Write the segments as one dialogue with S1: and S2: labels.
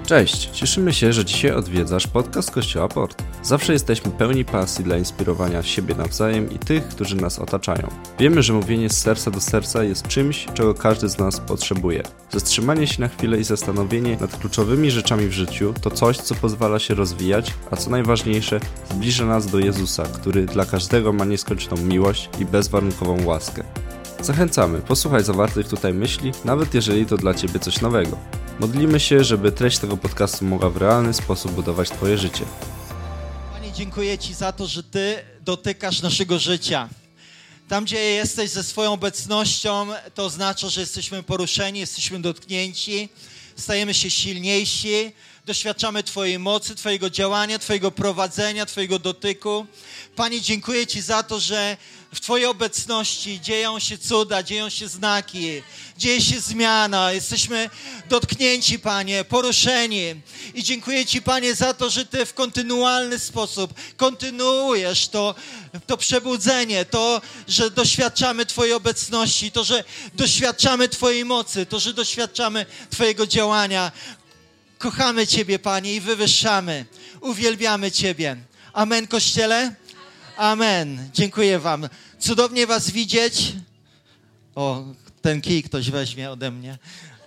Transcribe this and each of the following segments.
S1: Cześć, cieszymy się, że dzisiaj odwiedzasz podcast Kościoła Port. Zawsze jesteśmy pełni pasji dla inspirowania siebie nawzajem i tych, którzy nas otaczają. Wiemy, że mówienie z serca do serca jest czymś, czego każdy z nas potrzebuje. Zatrzymanie się na chwilę i zastanowienie nad kluczowymi rzeczami w życiu to coś, co pozwala się rozwijać, a co najważniejsze, zbliża nas do Jezusa, który dla każdego ma nieskończoną miłość i bezwarunkową łaskę. Zachęcamy, posłuchaj zawartych tutaj myśli, nawet jeżeli to dla Ciebie coś nowego. Modlimy się, żeby treść tego podcastu mogła w realny sposób budować Twoje życie.
S2: Panie, dziękuję Ci za to, że Ty dotykasz naszego życia. Tam, gdzie jesteś ze swoją obecnością, to oznacza, że jesteśmy poruszeni, jesteśmy dotknięci, stajemy się silniejsi, doświadczamy Twojej mocy, Twojego działania, Twojego prowadzenia, Twojego dotyku. Panie, dziękuję Ci za to, że w Twojej obecności dzieją się cuda, dzieją się znaki, dzieje się zmiana. Jesteśmy dotknięci, Panie, poruszeni. I dziękuję Ci, Panie, za to, że Ty w kontynualny sposób kontynuujesz to przebudzenie, to, że doświadczamy Twojej obecności, to, że doświadczamy Twojej mocy, to, że doświadczamy Twojego działania. Kochamy Ciebie, Panie, i wywyższamy, uwielbiamy Ciebie. Amen, Kościele? Amen. Dziękuję Wam. Cudownie Was widzieć. O, ten kij ktoś weźmie ode mnie.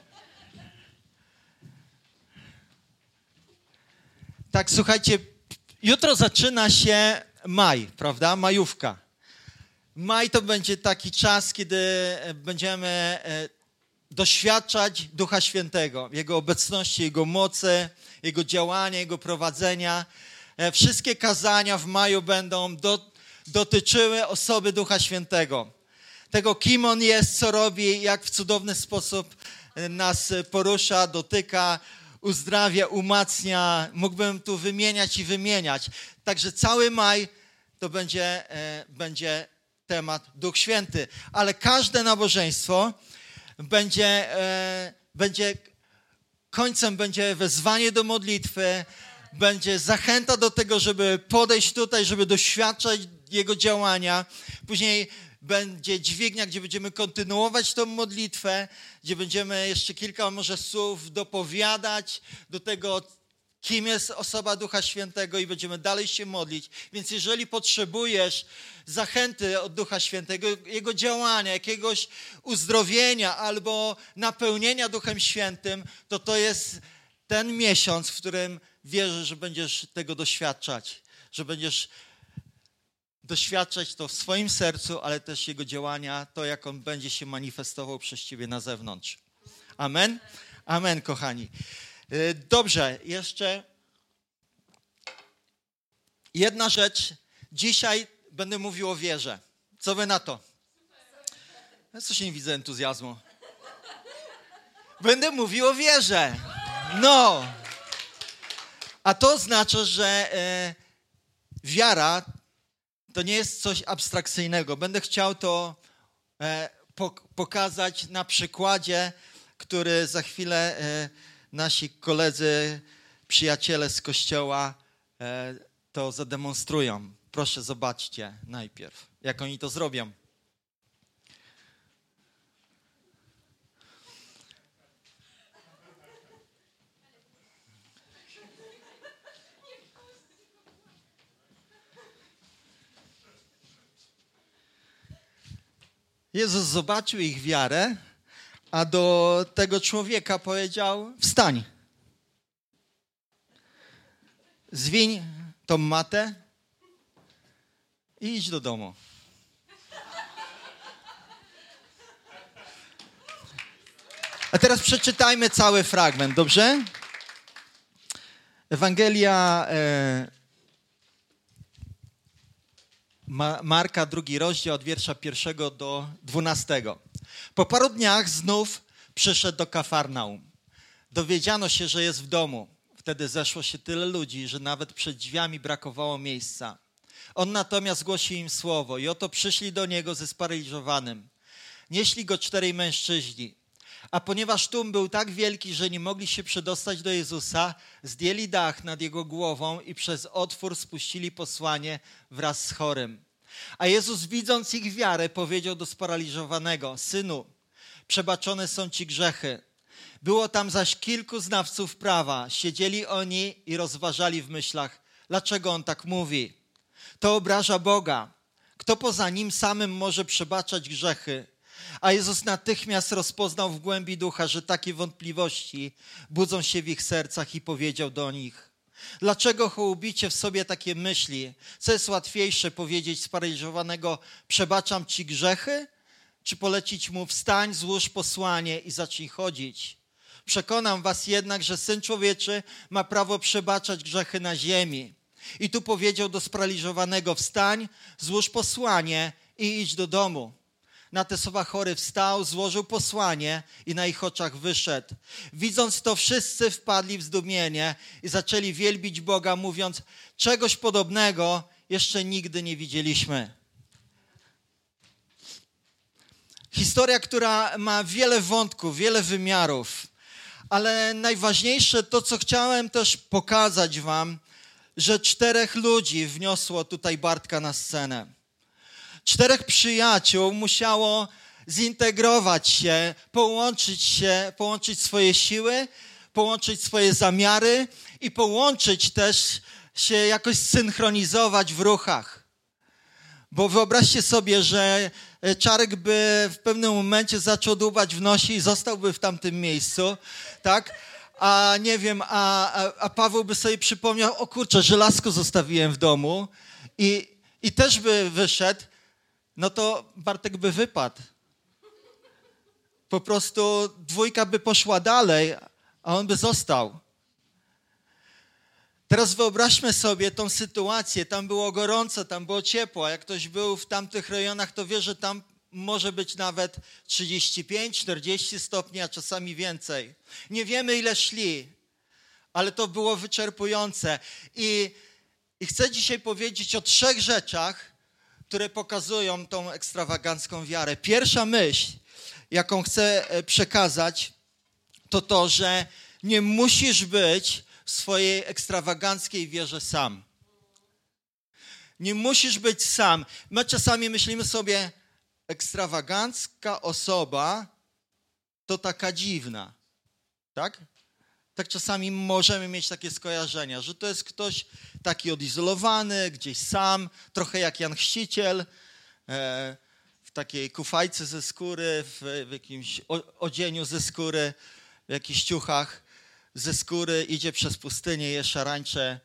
S2: Tak, słuchajcie, jutro zaczyna się maj, prawda? Majówka. Maj to będzie taki czas, kiedy będziemy doświadczać Ducha Świętego, Jego obecności, Jego mocy, Jego działania, Jego prowadzenia. Wszystkie kazania w maju będą dotyczyły osoby Ducha Świętego. Tego, kim On jest, co robi, jak w cudowny sposób nas porusza, dotyka, uzdrawia, umacnia. Mógłbym tu wymieniać i wymieniać. Także cały maj to będzie temat Duch Święty. Ale każde nabożeństwo końcem będzie wezwanie do modlitwy, będzie zachęta do tego, żeby podejść tutaj, żeby doświadczać Jego działania. Później będzie dźwignia, gdzie będziemy kontynuować tą modlitwę, gdzie będziemy jeszcze kilka może słów dopowiadać do tego, kim jest osoba Ducha Świętego i będziemy dalej się modlić. Więc jeżeli potrzebujesz zachęty od Ducha Świętego, Jego działania, jakiegoś uzdrowienia albo napełnienia Duchem Świętym, to jest ten miesiąc, w którym wierzę, że będziesz tego doświadczać, że będziesz doświadczać to w swoim sercu, ale też Jego działania, to jak On będzie się manifestował przez Ciebie na zewnątrz. Amen? Amen, kochani. Dobrze, jeszcze jedna rzecz. Dzisiaj będę mówił o wierze. Co wy na to? Ja coś nie widzę entuzjazmu. Będę mówił o wierze. No. A to oznacza, że wiara to nie jest coś abstrakcyjnego. Będę chciał to pokazać na przykładzie, który za chwilę nasi koledzy, przyjaciele z kościoła to zademonstrują. Proszę, zobaczcie najpierw, jak oni to zrobią. Jezus zobaczył ich wiarę, a do tego człowieka powiedział: wstań, zwiń tą matę i idź do domu. A teraz przeczytajmy cały fragment, dobrze? Ewangelia Marka, 2 rozdział, od wiersza 1 do 12. Po paru dniach znów przyszedł do Kafarnaum. Dowiedziano się, że jest w domu. Wtedy zeszło się tyle ludzi, że nawet przed drzwiami brakowało miejsca. On natomiast głosił im słowo i oto przyszli do niego ze sparaliżowanym. Nieśli go 4 mężczyźni. A ponieważ tłum był tak wielki, że nie mogli się przedostać do Jezusa, zdjęli dach nad jego głową i przez otwór spuścili posłanie wraz z chorym. A Jezus, widząc ich wiarę, powiedział do sparaliżowanego: synu, przebaczone są ci grzechy. Było tam zaś kilku znawców prawa. Siedzieli oni i rozważali w myślach, dlaczego on tak mówi. To obraża Boga. Kto poza nim samym może przebaczać grzechy? A Jezus natychmiast rozpoznał w głębi ducha, że takie wątpliwości budzą się w ich sercach i powiedział do nich: dlaczego hołubicie w sobie takie myśli? Co jest łatwiejsze, powiedzieć sparaliżowanego: przebaczam ci grzechy? Czy polecić mu: wstań, złóż posłanie i zacznij chodzić? Przekonam was jednak, że Syn Człowieczy ma prawo przebaczać grzechy na ziemi. I tu powiedział do sparaliżowanego: wstań, złóż posłanie i idź do domu. Na te słowa chory wstał, złożył posłanie i na ich oczach wyszedł. Widząc to, wszyscy wpadli w zdumienie i zaczęli wielbić Boga, mówiąc: czegoś podobnego jeszcze nigdy nie widzieliśmy. Historia, która ma wiele wątków, wiele wymiarów, ale najważniejsze to, co chciałem też pokazać wam, że 4 ludzi wniosło tutaj Bartka na scenę. 4 przyjaciół musiało zintegrować się, połączyć swoje siły, połączyć swoje zamiary i połączyć też się jakoś synchronizować w ruchach. Bo wyobraźcie sobie, że Czarek by w pewnym momencie zaczął dłubać w nosie i zostałby w tamtym miejscu, tak? A nie wiem, a Paweł by sobie przypomniał: o kurczę, żelazko zostawiłem w domu i też by wyszedł, no to Bartek by wypadł. Po prostu 2 by poszła dalej, a on by został. Teraz wyobraźmy sobie tą sytuację. Tam było gorąco, tam było ciepło, a jak ktoś był w tamtych rejonach, to wie, że tam może być nawet 35-40 stopni, a czasami więcej. Nie wiemy, ile szli, ale to było wyczerpujące. I chcę dzisiaj powiedzieć o 3 rzeczach, które pokazują tą ekstrawagancką wiarę. Pierwsza myśl, jaką chcę przekazać, to to, że nie musisz być w swojej ekstrawaganckiej wierze sam. Nie musisz być sam. My czasami myślimy sobie: ekstrawagancka osoba to taka dziwna. Tak? Tak czasami możemy mieć takie skojarzenia, że to jest ktoś taki odizolowany, gdzieś sam, trochę jak Jan Chrzciciel, w takiej kufajce ze skóry, w jakimś odzieniu ze skóry, w jakichś ciuchach ze skóry, idzie przez pustynię, je szarańcze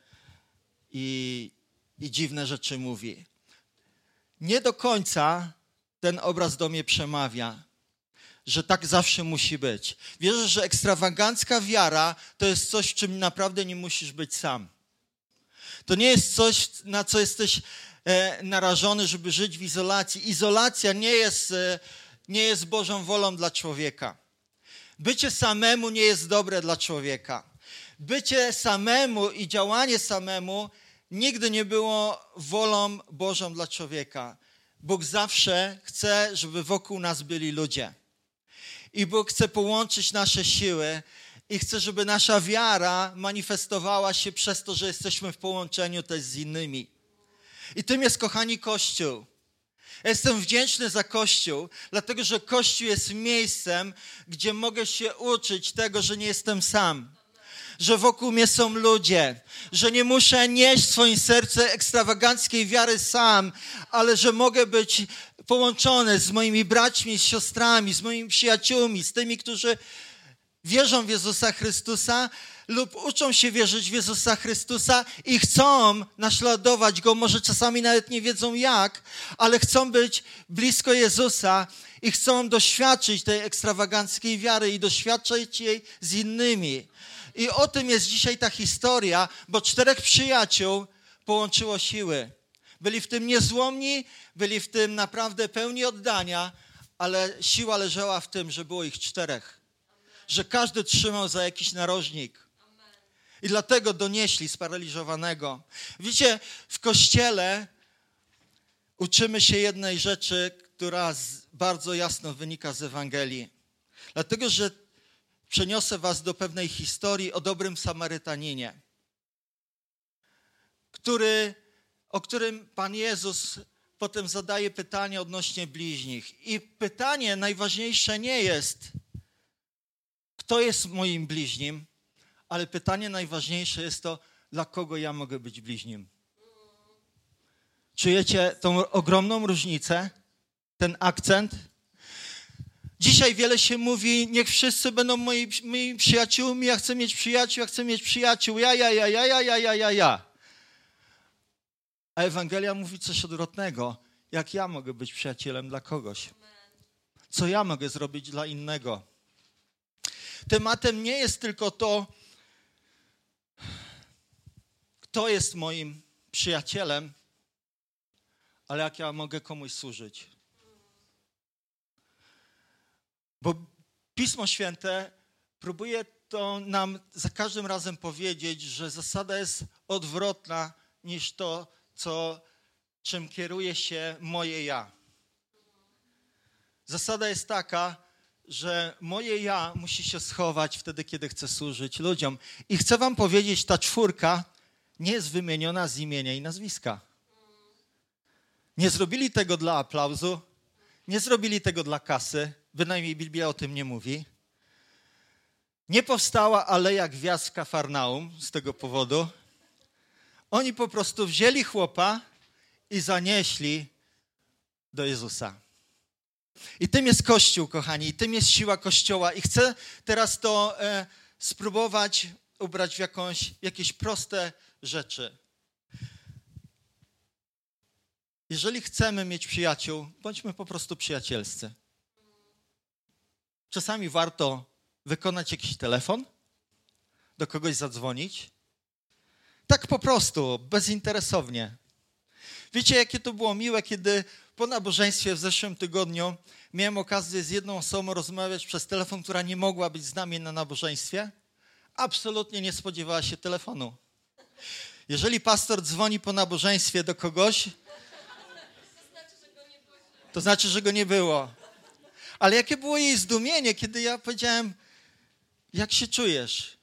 S2: i dziwne rzeczy mówi. Nie do końca ten obraz do mnie przemawia, że tak zawsze musi być. Wierzę, że ekstrawagancka wiara to jest coś, w czym naprawdę nie musisz być sam. To nie jest coś, na co jesteś narażony, żeby żyć w izolacji. Izolacja nie jest Bożą wolą dla człowieka. Bycie samemu nie jest dobre dla człowieka. Bycie samemu i działanie samemu nigdy nie było wolą Bożą dla człowieka. Bóg zawsze chce, żeby wokół nas byli ludzie. I Bóg chce połączyć nasze siły i chce, żeby nasza wiara manifestowała się przez to, że jesteśmy w połączeniu też z innymi. I tym jest, kochani, Kościół. Ja jestem wdzięczny za Kościół, dlatego że Kościół jest miejscem, gdzie mogę się uczyć tego, że nie jestem sam. Że wokół mnie są ludzie, że nie muszę nieść w swoim sercu ekstrawaganckiej wiary sam, ale że mogę być połączony z moimi braćmi, z siostrami, z moimi przyjaciółmi, z tymi, którzy wierzą w Jezusa Chrystusa lub uczą się wierzyć w Jezusa Chrystusa i chcą naśladować Go, może czasami nawet nie wiedzą jak, ale chcą być blisko Jezusa i chcą doświadczyć tej ekstrawaganckiej wiary i doświadczać jej z innymi. I o tym jest dzisiaj ta historia, bo 4 przyjaciół połączyło siły. Byli w tym niezłomni, byli w tym naprawdę pełni oddania, ale siła leżała w tym, że było ich 4. Że każdy trzymał za jakiś narożnik. I dlatego donieśli sparaliżowanego. Widzicie, w Kościele uczymy się jednej rzeczy, która bardzo jasno wynika z Ewangelii. Dlatego, że przeniosę was do pewnej historii o dobrym Samarytaninie, o którym Pan Jezus potem zadaje pytanie odnośnie bliźnich. I pytanie najważniejsze nie jest, kto jest moim bliźnim, ale pytanie najważniejsze jest to, dla kogo ja mogę być bliźnim. Czujecie tą ogromną różnicę, ten akcent? Dzisiaj wiele się mówi, niech wszyscy będą moimi przyjaciółmi, ja chcę mieć przyjaciół, ja. A Ewangelia mówi coś odwrotnego. Jak ja mogę być przyjacielem dla kogoś? Co ja mogę zrobić dla innego? Tematem nie jest tylko to, kto jest moim przyjacielem, ale jak ja mogę komuś służyć. Bo Pismo Święte próbuje to nam za każdym razem powiedzieć, że zasada jest odwrotna niż to, czym kieruje się moje ja. Zasada jest taka, że moje ja musi się schować wtedy, kiedy chcę służyć ludziom. I chcę wam powiedzieć, ta czwórka nie jest wymieniona z imienia i nazwiska. Nie zrobili tego dla aplauzu, nie zrobili tego dla kasy, bynajmniej Biblia o tym nie mówi. Nie powstała Aleja Gwiazd w Kafarnaum z tego powodu. Oni po prostu wzięli chłopa i zanieśli do Jezusa. I tym jest Kościół, kochani, i tym jest siła Kościoła. I chcę teraz to spróbować ubrać w jakieś proste rzeczy. Jeżeli chcemy mieć przyjaciół, bądźmy po prostu przyjacielscy. Czasami warto wykonać jakiś telefon, do kogoś zadzwonić. Tak po prostu, bezinteresownie. Wiecie, jakie to było miłe, kiedy po nabożeństwie w zeszłym tygodniu miałem okazję z jedną osobą rozmawiać przez telefon, która nie mogła być z nami na nabożeństwie. Absolutnie nie spodziewała się telefonu. Jeżeli pastor dzwoni po nabożeństwie do kogoś, to znaczy, że go nie było. Ale jakie było jej zdumienie, kiedy ja powiedziałem, jak się czujesz?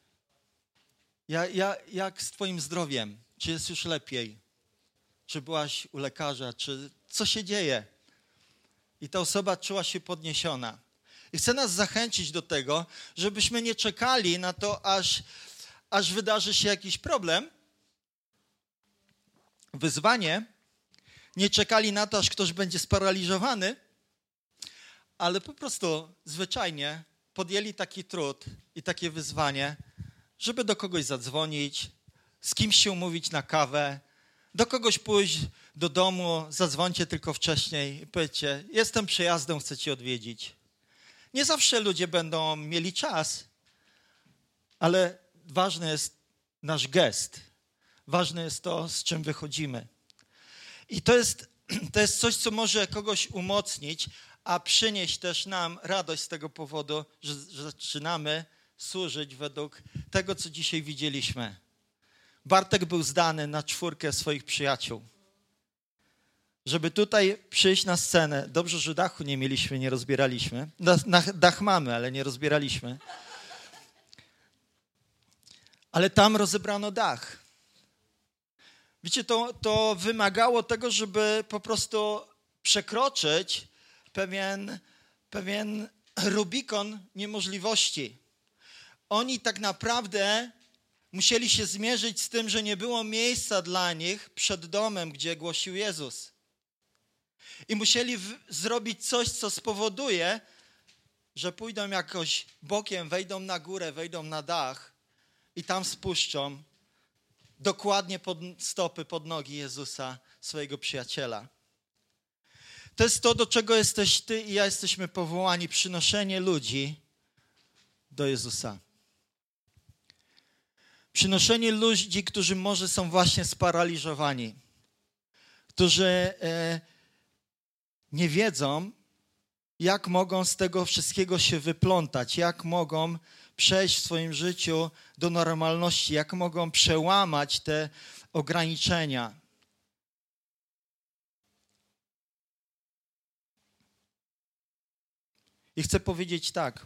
S2: Jak z twoim zdrowiem? Czy jest już lepiej? Czy byłaś u lekarza? Co się dzieje? I ta osoba czuła się podniesiona. I chcę nas zachęcić do tego, żebyśmy nie czekali na to, aż wydarzy się jakiś problem, wyzwanie, nie czekali na to, aż ktoś będzie sparaliżowany, ale po prostu zwyczajnie podjęli taki trud i takie wyzwanie, żeby do kogoś zadzwonić, z kimś się umówić na kawę, do kogoś pójść do domu, zadzwońcie tylko wcześniej i powiedzcie, jestem przyjazdem, chcę cię odwiedzić. Nie zawsze ludzie będą mieli czas, ale ważny jest nasz gest. Ważne jest to, z czym wychodzimy. I to jest coś, co może kogoś umocnić, a przynieść też nam radość z tego powodu, że zaczynamy służyć według tego, co dzisiaj widzieliśmy. Bartek był zdany na 4 swoich przyjaciół. Żeby tutaj przyjść na scenę, dobrze, że dachu nie mieliśmy, nie rozbieraliśmy. Dach mamy, ale nie rozbieraliśmy. Ale tam rozebrano dach. Wiecie, to wymagało tego, żeby po prostu przekroczyć pewien Rubikon niemożliwości. Oni tak naprawdę musieli się zmierzyć z tym, że nie było miejsca dla nich przed domem, gdzie głosił Jezus. I musieli zrobić coś, co spowoduje, że pójdą jakoś bokiem, wejdą na górę, wejdą na dach i tam spuszczą dokładnie pod stopy, pod nogi Jezusa, swojego przyjaciela. To jest to, do czego jesteś ty i ja jesteśmy powołani, przynoszenie ludzi do Jezusa. Przynoszenie ludzi, którzy może są właśnie sparaliżowani, którzy nie wiedzą, jak mogą z tego wszystkiego się wyplątać, jak mogą przejść w swoim życiu do normalności, jak mogą przełamać te ograniczenia. I chcę powiedzieć tak.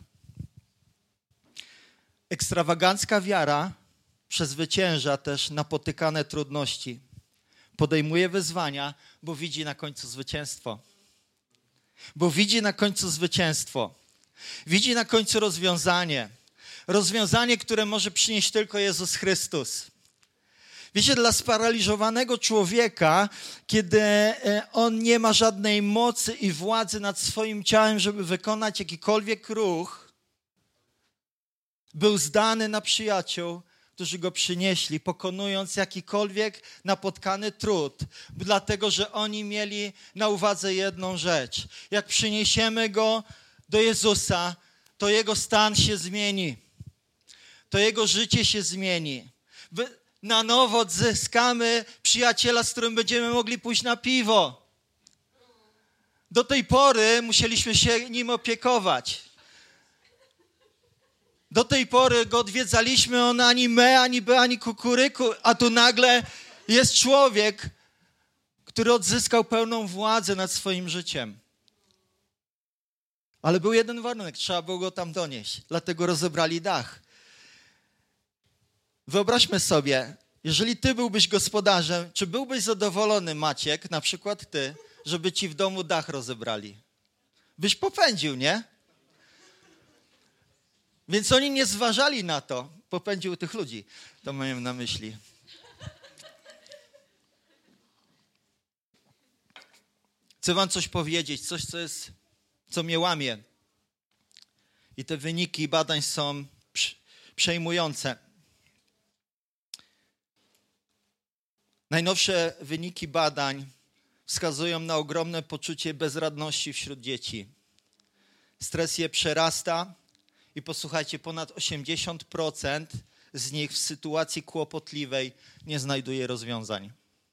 S2: Ekstrawagancka wiara przezwycięża też napotykane trudności. Podejmuje wyzwania, bo widzi na końcu zwycięstwo. Bo widzi na końcu zwycięstwo. Widzi na końcu rozwiązanie. Rozwiązanie, które może przynieść tylko Jezus Chrystus. Wiecie, dla sparaliżowanego człowieka, kiedy on nie ma żadnej mocy i władzy nad swoim ciałem, żeby wykonać jakikolwiek ruch, był zdany na przyjaciół, którzy go przynieśli, pokonując jakikolwiek napotkany trud, dlatego że oni mieli na uwadze jedną rzecz. Jak przyniesiemy go do Jezusa, to jego stan się zmieni. To jego życie się zmieni. Na nowo odzyskamy przyjaciela, z którym będziemy mogli pójść na piwo. Do tej pory musieliśmy się nim opiekować. Do tej pory go odwiedzaliśmy, on ani me, ani be, ani kukuryku, a tu nagle jest człowiek, który odzyskał pełną władzę nad swoim życiem. Ale był jeden warunek, trzeba było go tam donieść, dlatego rozebrali dach. Wyobraźmy sobie, jeżeli ty byłbyś gospodarzem, czy byłbyś zadowolony, Maciek, na przykład ty, żeby ci w domu dach rozebrali? Byś popędził, nie? Więc oni nie zważali na to. Popędził tych ludzi. To miałem na myśli. Chcę wam coś powiedzieć, coś, co mnie łamie. I te wyniki badań są przejmujące. Najnowsze wyniki badań wskazują na ogromne poczucie bezradności wśród dzieci. Stres je przerasta i posłuchajcie, ponad 80% z nich w sytuacji kłopotliwej nie znajduje rozwiązań.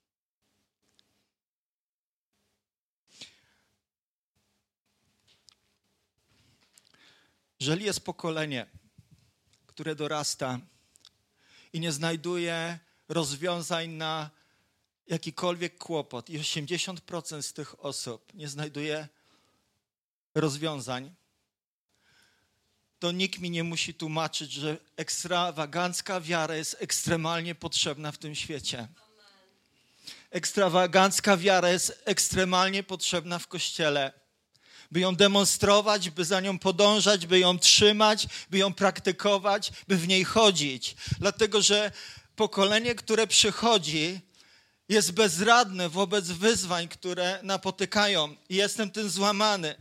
S2: Jeżeli jest pokolenie, które dorasta i nie znajduje rozwiązań na jakikolwiek kłopot i 80% z tych osób nie znajduje rozwiązań, to nikt mi nie musi tłumaczyć, że ekstrawagancka wiara jest ekstremalnie potrzebna w tym świecie. Ekstrawagancka wiara jest ekstremalnie potrzebna w Kościele, by ją demonstrować, by za nią podążać, by ją trzymać, by ją praktykować, by w niej chodzić. Dlatego, że pokolenie, które przychodzi, jest bezradne wobec wyzwań, które napotykają. I jestem tym złamany.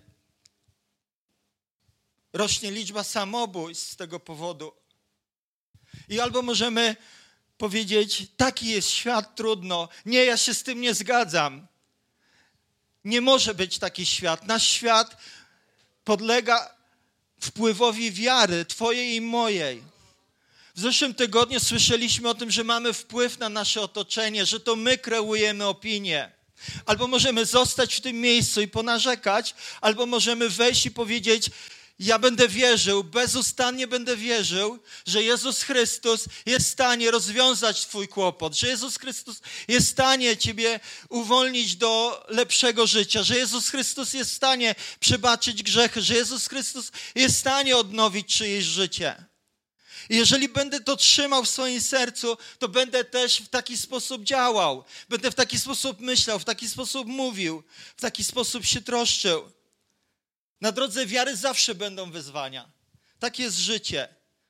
S2: Rośnie liczba samobójstw z tego powodu. I albo możemy powiedzieć, taki jest świat, trudno. Nie, ja się z tym nie zgadzam. Nie może być taki świat. Nasz świat podlega wpływowi wiary, twojej i mojej. W zeszłym tygodniu słyszeliśmy o tym, że mamy wpływ na nasze otoczenie, że to my kreujemy opinię. Albo możemy zostać w tym miejscu i ponarzekać, albo możemy wejść i powiedzieć, ja będę wierzył, bezustannie będę wierzył, że Jezus Chrystus jest w stanie rozwiązać twój kłopot, że Jezus Chrystus jest w stanie ciebie uwolnić do lepszego życia, że Jezus Chrystus jest w stanie przebaczyć grzechy, że Jezus Chrystus jest w stanie odnowić czyjeś życie. I jeżeli będę to trzymał w swoim sercu, to będę też w taki sposób działał, będę w taki sposób myślał, w taki sposób mówił, w taki sposób się troszczył. Na drodze wiary zawsze będą wyzwania. Tak jest życie.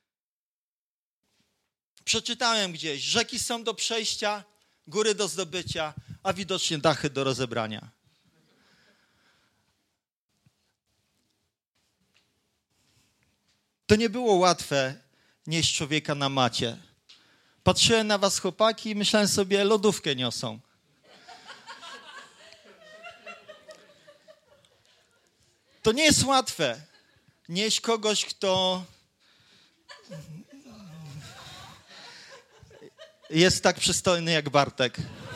S2: Przeczytałem gdzieś, rzeki są do przejścia, góry do zdobycia, a widocznie dachy do rozebrania. To nie było łatwe nieść człowieka na macie. Patrzyłem na was, chłopaki, i myślałem sobie, lodówkę niosą. To nie jest łatwe nieść kogoś, kto jest tak przystojny jak Bartek.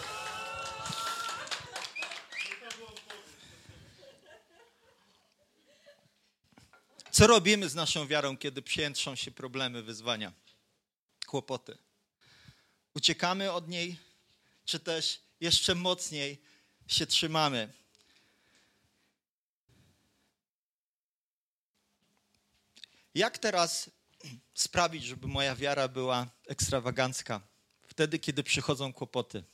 S2: Co robimy z naszą wiarą, kiedy piętrzą się problemy, wyzwania, kłopoty? Uciekamy od niej, czy też jeszcze mocniej się trzymamy? Jak teraz sprawić, żeby moja wiara była ekstrawagancka? Wtedy, kiedy przychodzą kłopoty.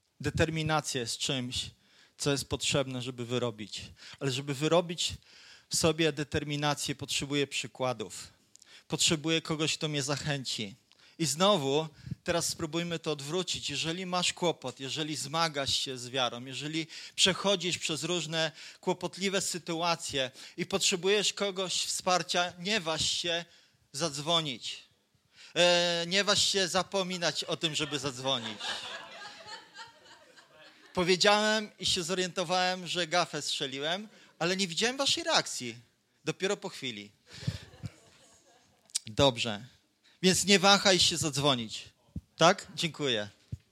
S2: Determinacja jest czymś, co jest potrzebne, żeby wyrobić. Ale żeby wyrobić w sobie determinację, potrzebuję przykładów. Potrzebuję kogoś, kto mnie zachęci. I znowu, teraz spróbujmy to odwrócić. Jeżeli masz kłopot, jeżeli zmagasz się z wiarą, jeżeli przechodzisz przez różne kłopotliwe sytuacje i potrzebujesz kogoś wsparcia, nie waż się zadzwonić. Nie waż się zapominać o tym, żeby zadzwonić. Powiedziałem i się zorientowałem, że gafę strzeliłem, ale nie widziałem waszej reakcji. Dopiero po chwili. Dobrze. Więc nie wahaj się zadzwonić. Tak? Dziękuję.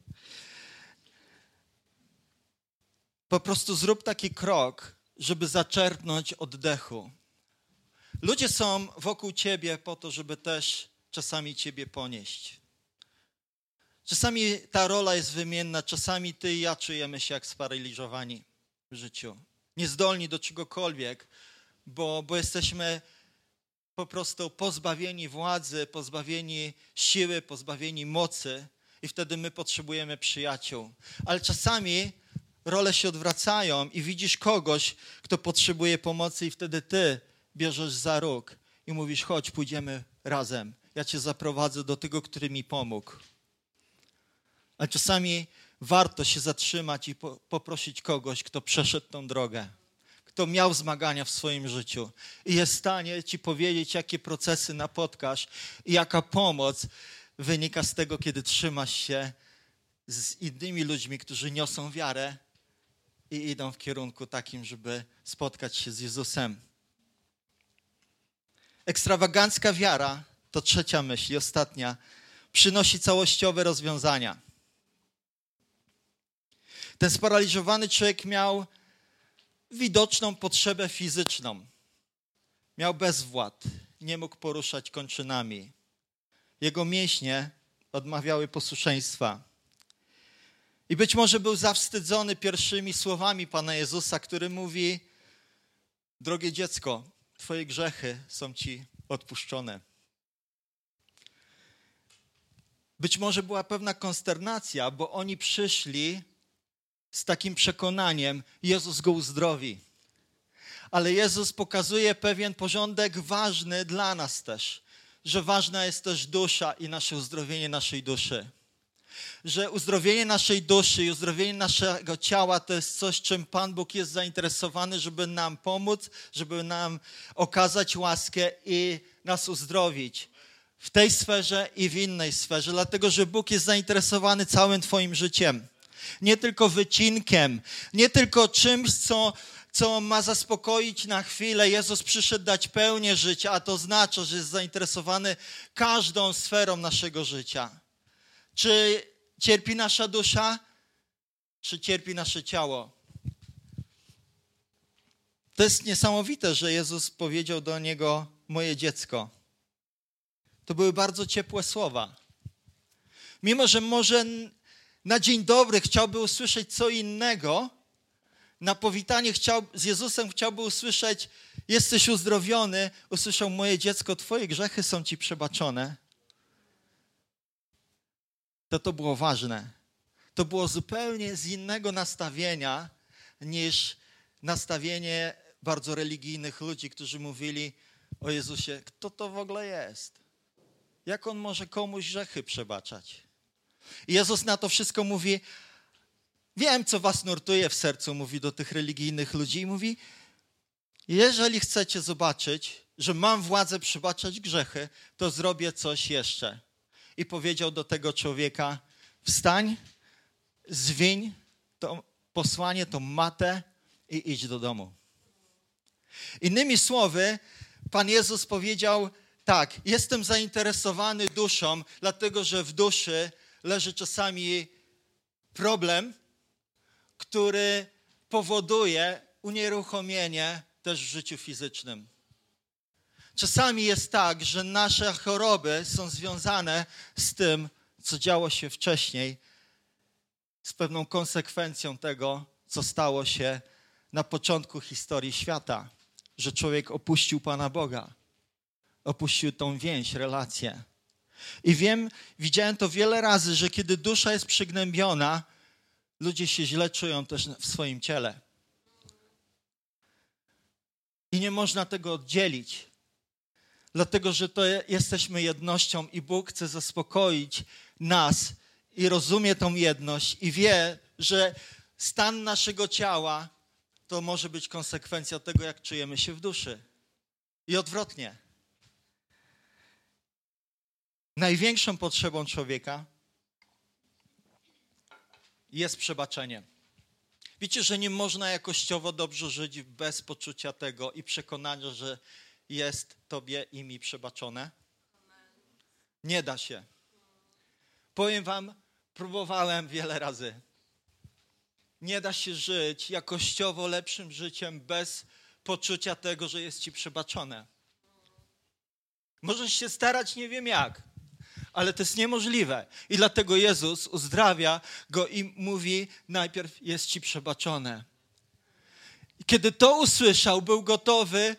S2: Po prostu zrób taki krok, żeby zaczerpnąć oddechu. Ludzie są wokół ciebie po to, żeby też czasami ciebie ponieść. Czasami ta rola jest wymienna, czasami ty i ja czujemy się jak sparaliżowani w życiu. Niezdolni do czegokolwiek, bo jesteśmy po prostu pozbawieni władzy, pozbawieni siły, pozbawieni mocy i wtedy my potrzebujemy przyjaciół. Ale czasami role się odwracają i widzisz kogoś, kto potrzebuje pomocy i wtedy ty bierzesz za róg i mówisz, chodź, pójdziemy razem. Ja cię zaprowadzę do tego, który mi pomógł. Ale czasami warto się zatrzymać i poprosić kogoś, kto przeszedł tą drogę, kto miał zmagania w swoim życiu i jest w stanie ci powiedzieć, jakie procesy napotkasz i jaka pomoc wynika z tego, kiedy trzymasz się z innymi ludźmi, którzy niosą wiarę i idą w kierunku takim, żeby spotkać się z Jezusem. Ekstrawagancka wiara, to trzecia myśl i ostatnia, przynosi całościowe rozwiązania. Ten sparaliżowany człowiek miał widoczną potrzebę fizyczną. Miał bezwład, nie mógł poruszać kończynami. Jego mięśnie odmawiały posłuszeństwa. I być może był zawstydzony pierwszymi słowami Pana Jezusa, który mówi, drogie dziecko, twoje grzechy są ci odpuszczone. Być może była pewna konsternacja, bo oni przyszli z takim przekonaniem, Jezus go uzdrowi. Ale Jezus pokazuje pewien porządek ważny dla nas też, że ważna jest też dusza i nasze uzdrowienie naszej duszy. Że uzdrowienie naszej duszy i uzdrowienie naszego ciała to jest coś, czym Pan Bóg jest zainteresowany, żeby nam pomóc, żeby nam okazać łaskę i nas uzdrowić. W tej sferze i w innej sferze, dlatego że Bóg jest zainteresowany całym twoim życiem. Nie tylko wycinkiem, nie tylko czymś, co ma zaspokoić na chwilę. Jezus przyszedł dać pełnię życia, a to oznacza, że jest zainteresowany każdą sferą naszego życia. Czy cierpi nasza dusza, czy cierpi nasze ciało? To jest niesamowite, że Jezus powiedział do niego, moje dziecko. To były bardzo ciepłe słowa. Mimo że może na dzień dobry chciałby usłyszeć co innego, na powitanie z Jezusem chciałby usłyszeć, jesteś uzdrowiony, usłyszał, moje dziecko, twoje grzechy są ci przebaczone. To było ważne. To było zupełnie z innego nastawienia niż nastawienie bardzo religijnych ludzi, którzy mówili o Jezusie, kto to w ogóle jest? Jak on może komuś grzechy przebaczać? I Jezus na to wszystko mówi, wiem, co was nurtuje w sercu, mówi do tych religijnych ludzi i mówi, jeżeli chcecie zobaczyć, że mam władzę przebaczać grzechy, to zrobię coś jeszcze. I powiedział do tego człowieka, wstań, zwiń to posłanie, tą matę i idź do domu. Innymi słowy, Pan Jezus powiedział, tak, jestem zainteresowany duszą, dlatego że w duszy leży czasami problem, który powoduje unieruchomienie też w życiu fizycznym. Czasami jest tak, że nasze choroby są związane z tym, co działo się wcześniej, z pewną konsekwencją tego, co stało się na początku historii świata, że człowiek opuścił Pana Boga, opuścił tą więź, relację. I widziałem to wiele razy, że kiedy dusza jest przygnębiona, ludzie się źle czują też w swoim ciele. I nie można tego oddzielić, dlatego że to jesteśmy jednością i Bóg chce zaspokoić nas i rozumie tą jedność i wie, że stan naszego ciała to może być konsekwencja tego, jak czujemy się w duszy. I odwrotnie. Największą potrzebą człowieka jest przebaczenie. Wiecie, że nie można jakościowo dobrze żyć bez poczucia tego i przekonania, że jest tobie i mi przebaczone? Nie da się. Powiem wam, próbowałem wiele razy. Nie da się żyć jakościowo lepszym życiem bez poczucia tego, że jest ci przebaczone. Możesz się starać, nie wiem jak, ale to jest niemożliwe. I dlatego Jezus uzdrawia go i mówi, najpierw jest ci przebaczone. I kiedy to usłyszał, był gotowy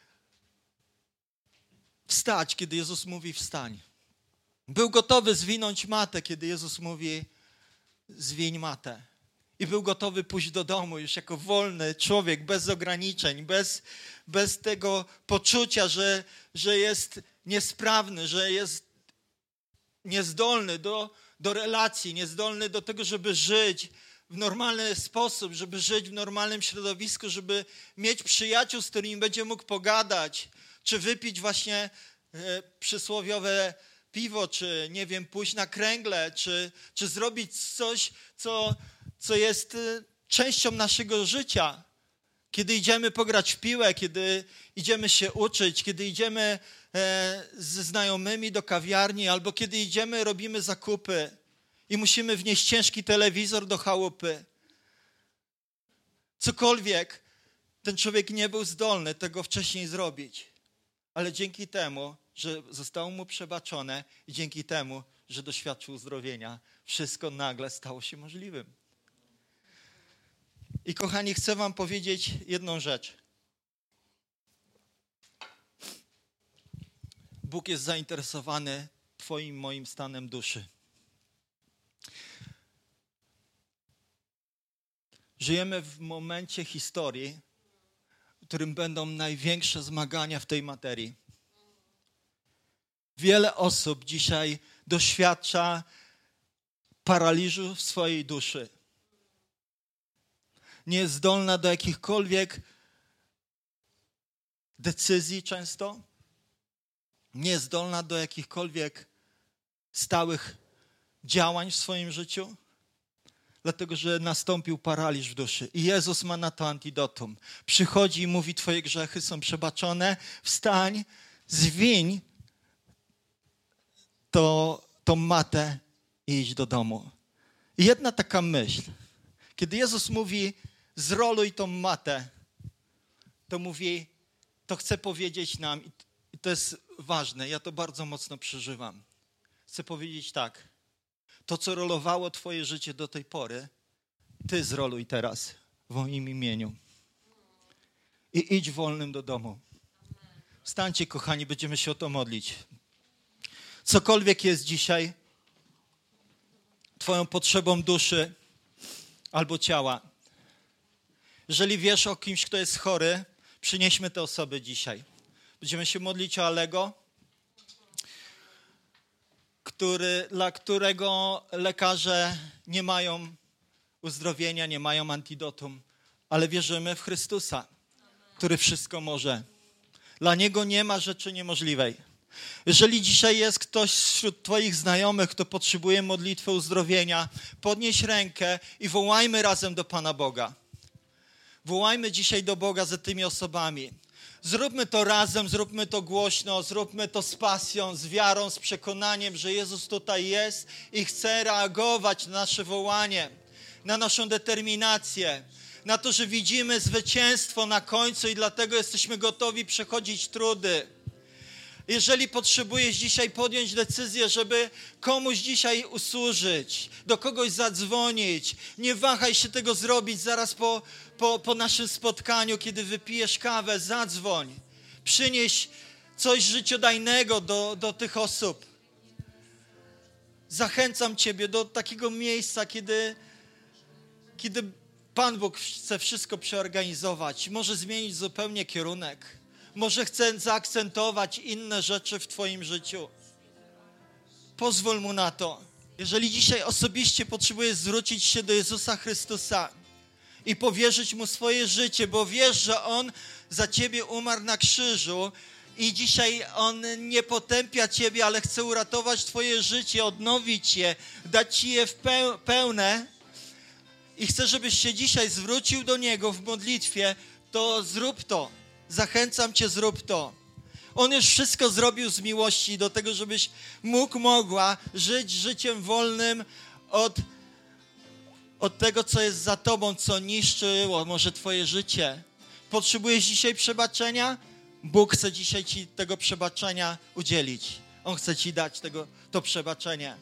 S2: wstać, kiedy Jezus mówi wstań. Był gotowy zwinąć matę, kiedy Jezus mówi zwiń matę. I był gotowy pójść do domu już jako wolny człowiek, bez ograniczeń, bez tego poczucia, że jest niesprawny, że jest niezdolny do relacji, niezdolny do tego, żeby żyć w normalny sposób, żeby żyć w normalnym środowisku, żeby mieć przyjaciół, z którymi będzie mógł pogadać, czy wypić właśnie przysłowiowe piwo, czy nie wiem, pójść na kręgle, czy zrobić coś, co jest częścią naszego życia. Kiedy idziemy pograć w piłę, kiedy idziemy się uczyć, kiedy idziemy ze znajomymi do kawiarni, albo kiedy idziemy, robimy zakupy i musimy wnieść ciężki telewizor do chałupy. Cokolwiek, ten człowiek nie był zdolny tego wcześniej zrobić. Ale dzięki temu, że zostało mu przebaczone i dzięki temu, że doświadczył uzdrowienia, wszystko nagle stało się możliwym. I kochani, chcę wam powiedzieć jedną rzecz. Bóg jest zainteresowany twoim, moim stanem duszy. Żyjemy w momencie historii, w którym będą największe zmagania w tej materii. Wiele osób dzisiaj doświadcza paraliżu w swojej duszy. Nie jest zdolna do jakichkolwiek decyzji często. Nie jest zdolna do jakichkolwiek stałych działań w swoim życiu. Dlatego, że nastąpił paraliż w duszy. I Jezus ma na to antidotum. Przychodzi i mówi, twoje grzechy są przebaczone. Wstań, zwiń tą matę i idź do domu. I jedna taka myśl. Kiedy Jezus mówi, zroluj tą matę, to mówi, to chce powiedzieć nam, i to jest ważne, ja to bardzo mocno przeżywam. Chcę powiedzieć tak, to co rolowało twoje życie do tej pory, ty zroluj teraz w moim imieniu. I idź wolnym do domu. Wstańcie, kochani, będziemy się o to modlić. Cokolwiek jest dzisiaj twoją potrzebą duszy albo ciała. Jeżeli wiesz o kimś, kto jest chory, przynieśmy te osoby dzisiaj. Będziemy się modlić o Alego, dla którego lekarze nie mają uzdrowienia, nie mają antidotum, ale wierzymy w Chrystusa, który wszystko może. Dla Niego nie ma rzeczy niemożliwej. Jeżeli dzisiaj jest ktoś wśród twoich znajomych, kto potrzebuje modlitwy uzdrowienia, podnieś rękę i wołajmy razem do Pana Boga. Wołajmy dzisiaj do Boga za tymi osobami. Zróbmy to razem, zróbmy to głośno, zróbmy to z pasją, z wiarą, z przekonaniem, że Jezus tutaj jest i chce reagować na nasze wołanie, na naszą determinację, na to, że widzimy zwycięstwo na końcu i dlatego jesteśmy gotowi przechodzić trudy. Jeżeli potrzebujesz dzisiaj podjąć decyzję, żeby komuś dzisiaj usłużyć, do kogoś zadzwonić, nie wahaj się tego zrobić zaraz po naszym spotkaniu, kiedy wypijesz kawę, zadzwoń. Przynieś coś życiodajnego do tych osób. Zachęcam ciebie do takiego miejsca, kiedy Pan Bóg chce wszystko przeorganizować, może zmienić zupełnie kierunek, może chce zaakcentować inne rzeczy w twoim życiu. Pozwól Mu na to. Jeżeli dzisiaj osobiście potrzebujesz zwrócić się do Jezusa Chrystusa i powierzyć Mu swoje życie, bo wiesz, że On za ciebie umarł na krzyżu i dzisiaj On nie potępia ciebie, ale chce uratować twoje życie, odnowić je, dać ci je w pełne i chce, żebyś się dzisiaj zwrócił do Niego w modlitwie, to zrób to. Zachęcam cię, zrób to. On już wszystko zrobił z miłości do tego, żebyś mogła żyć życiem wolnym od tego, co jest za tobą, co niszczyło może twoje życie. Potrzebujesz dzisiaj przebaczenia? Bóg chce dzisiaj ci tego przebaczenia udzielić. On chce ci dać to przebaczenie.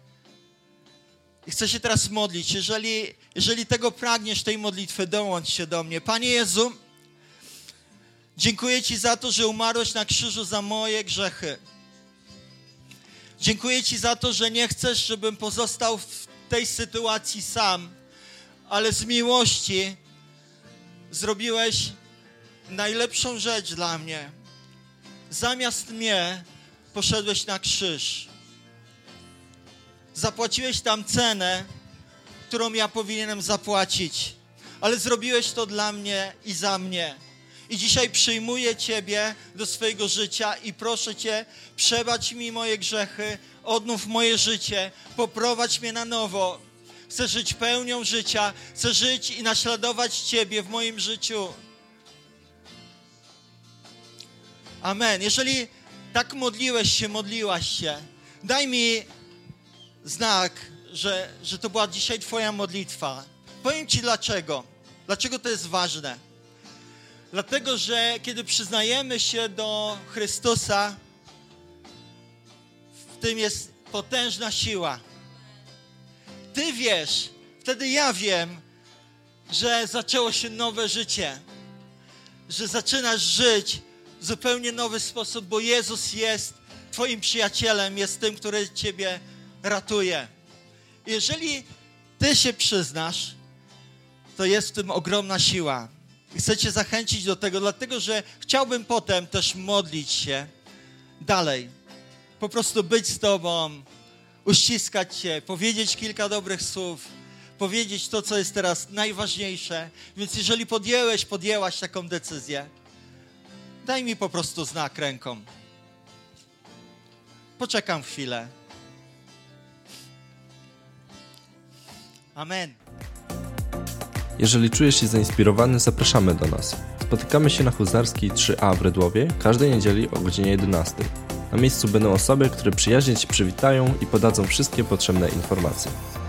S2: I chcę się teraz modlić. Jeżeli tego pragniesz, tej modlitwy, dołącz się do mnie. Panie Jezu, dziękuję Ci za to, że umarłeś na krzyżu za moje grzechy. Dziękuję Ci za to, że nie chcesz, żebym pozostał w tej sytuacji sam, ale z miłości zrobiłeś najlepszą rzecz dla mnie. Zamiast mnie poszedłeś na krzyż. Zapłaciłeś tam cenę, którą ja powinienem zapłacić, ale zrobiłeś to dla mnie i za mnie. I dzisiaj przyjmuję Ciebie do swojego życia i proszę Cię, przebacz mi moje grzechy, odnów moje życie, poprowadź mnie na nowo. Chcę żyć pełnią życia, chcę żyć i naśladować Ciebie w moim życiu. Amen. Jeżeli tak modliłaś się, daj mi znak, że to była dzisiaj Twoja modlitwa. Powiem Ci dlaczego. Dlaczego to jest ważne. Dlatego, że kiedy przyznajemy się do Chrystusa, w tym jest potężna siła. Ty wiesz, wtedy ja wiem, że zaczęło się nowe życie. Że zaczynasz żyć w zupełnie nowy sposób, bo Jezus jest Twoim przyjacielem, jest tym, który Ciebie ratuje. Jeżeli Ty się przyznasz, to jest w tym ogromna siła. I chcę Cię zachęcić do tego, dlatego że chciałbym potem też modlić się dalej. Po prostu być z Tobą, uściskać Cię, powiedzieć kilka dobrych słów, powiedzieć to, co jest teraz najważniejsze. Więc jeżeli podjęłaś taką decyzję, daj mi po prostu znak ręką. Poczekam chwilę. Amen.
S1: Jeżeli czujesz się zainspirowany, zapraszamy do nas. Spotykamy się na Huzarskiej 3A w Redłowie każdej niedzieli o godzinie 11. Na miejscu będą osoby, które przyjaźnie Cię przywitają i podadzą wszystkie potrzebne informacje.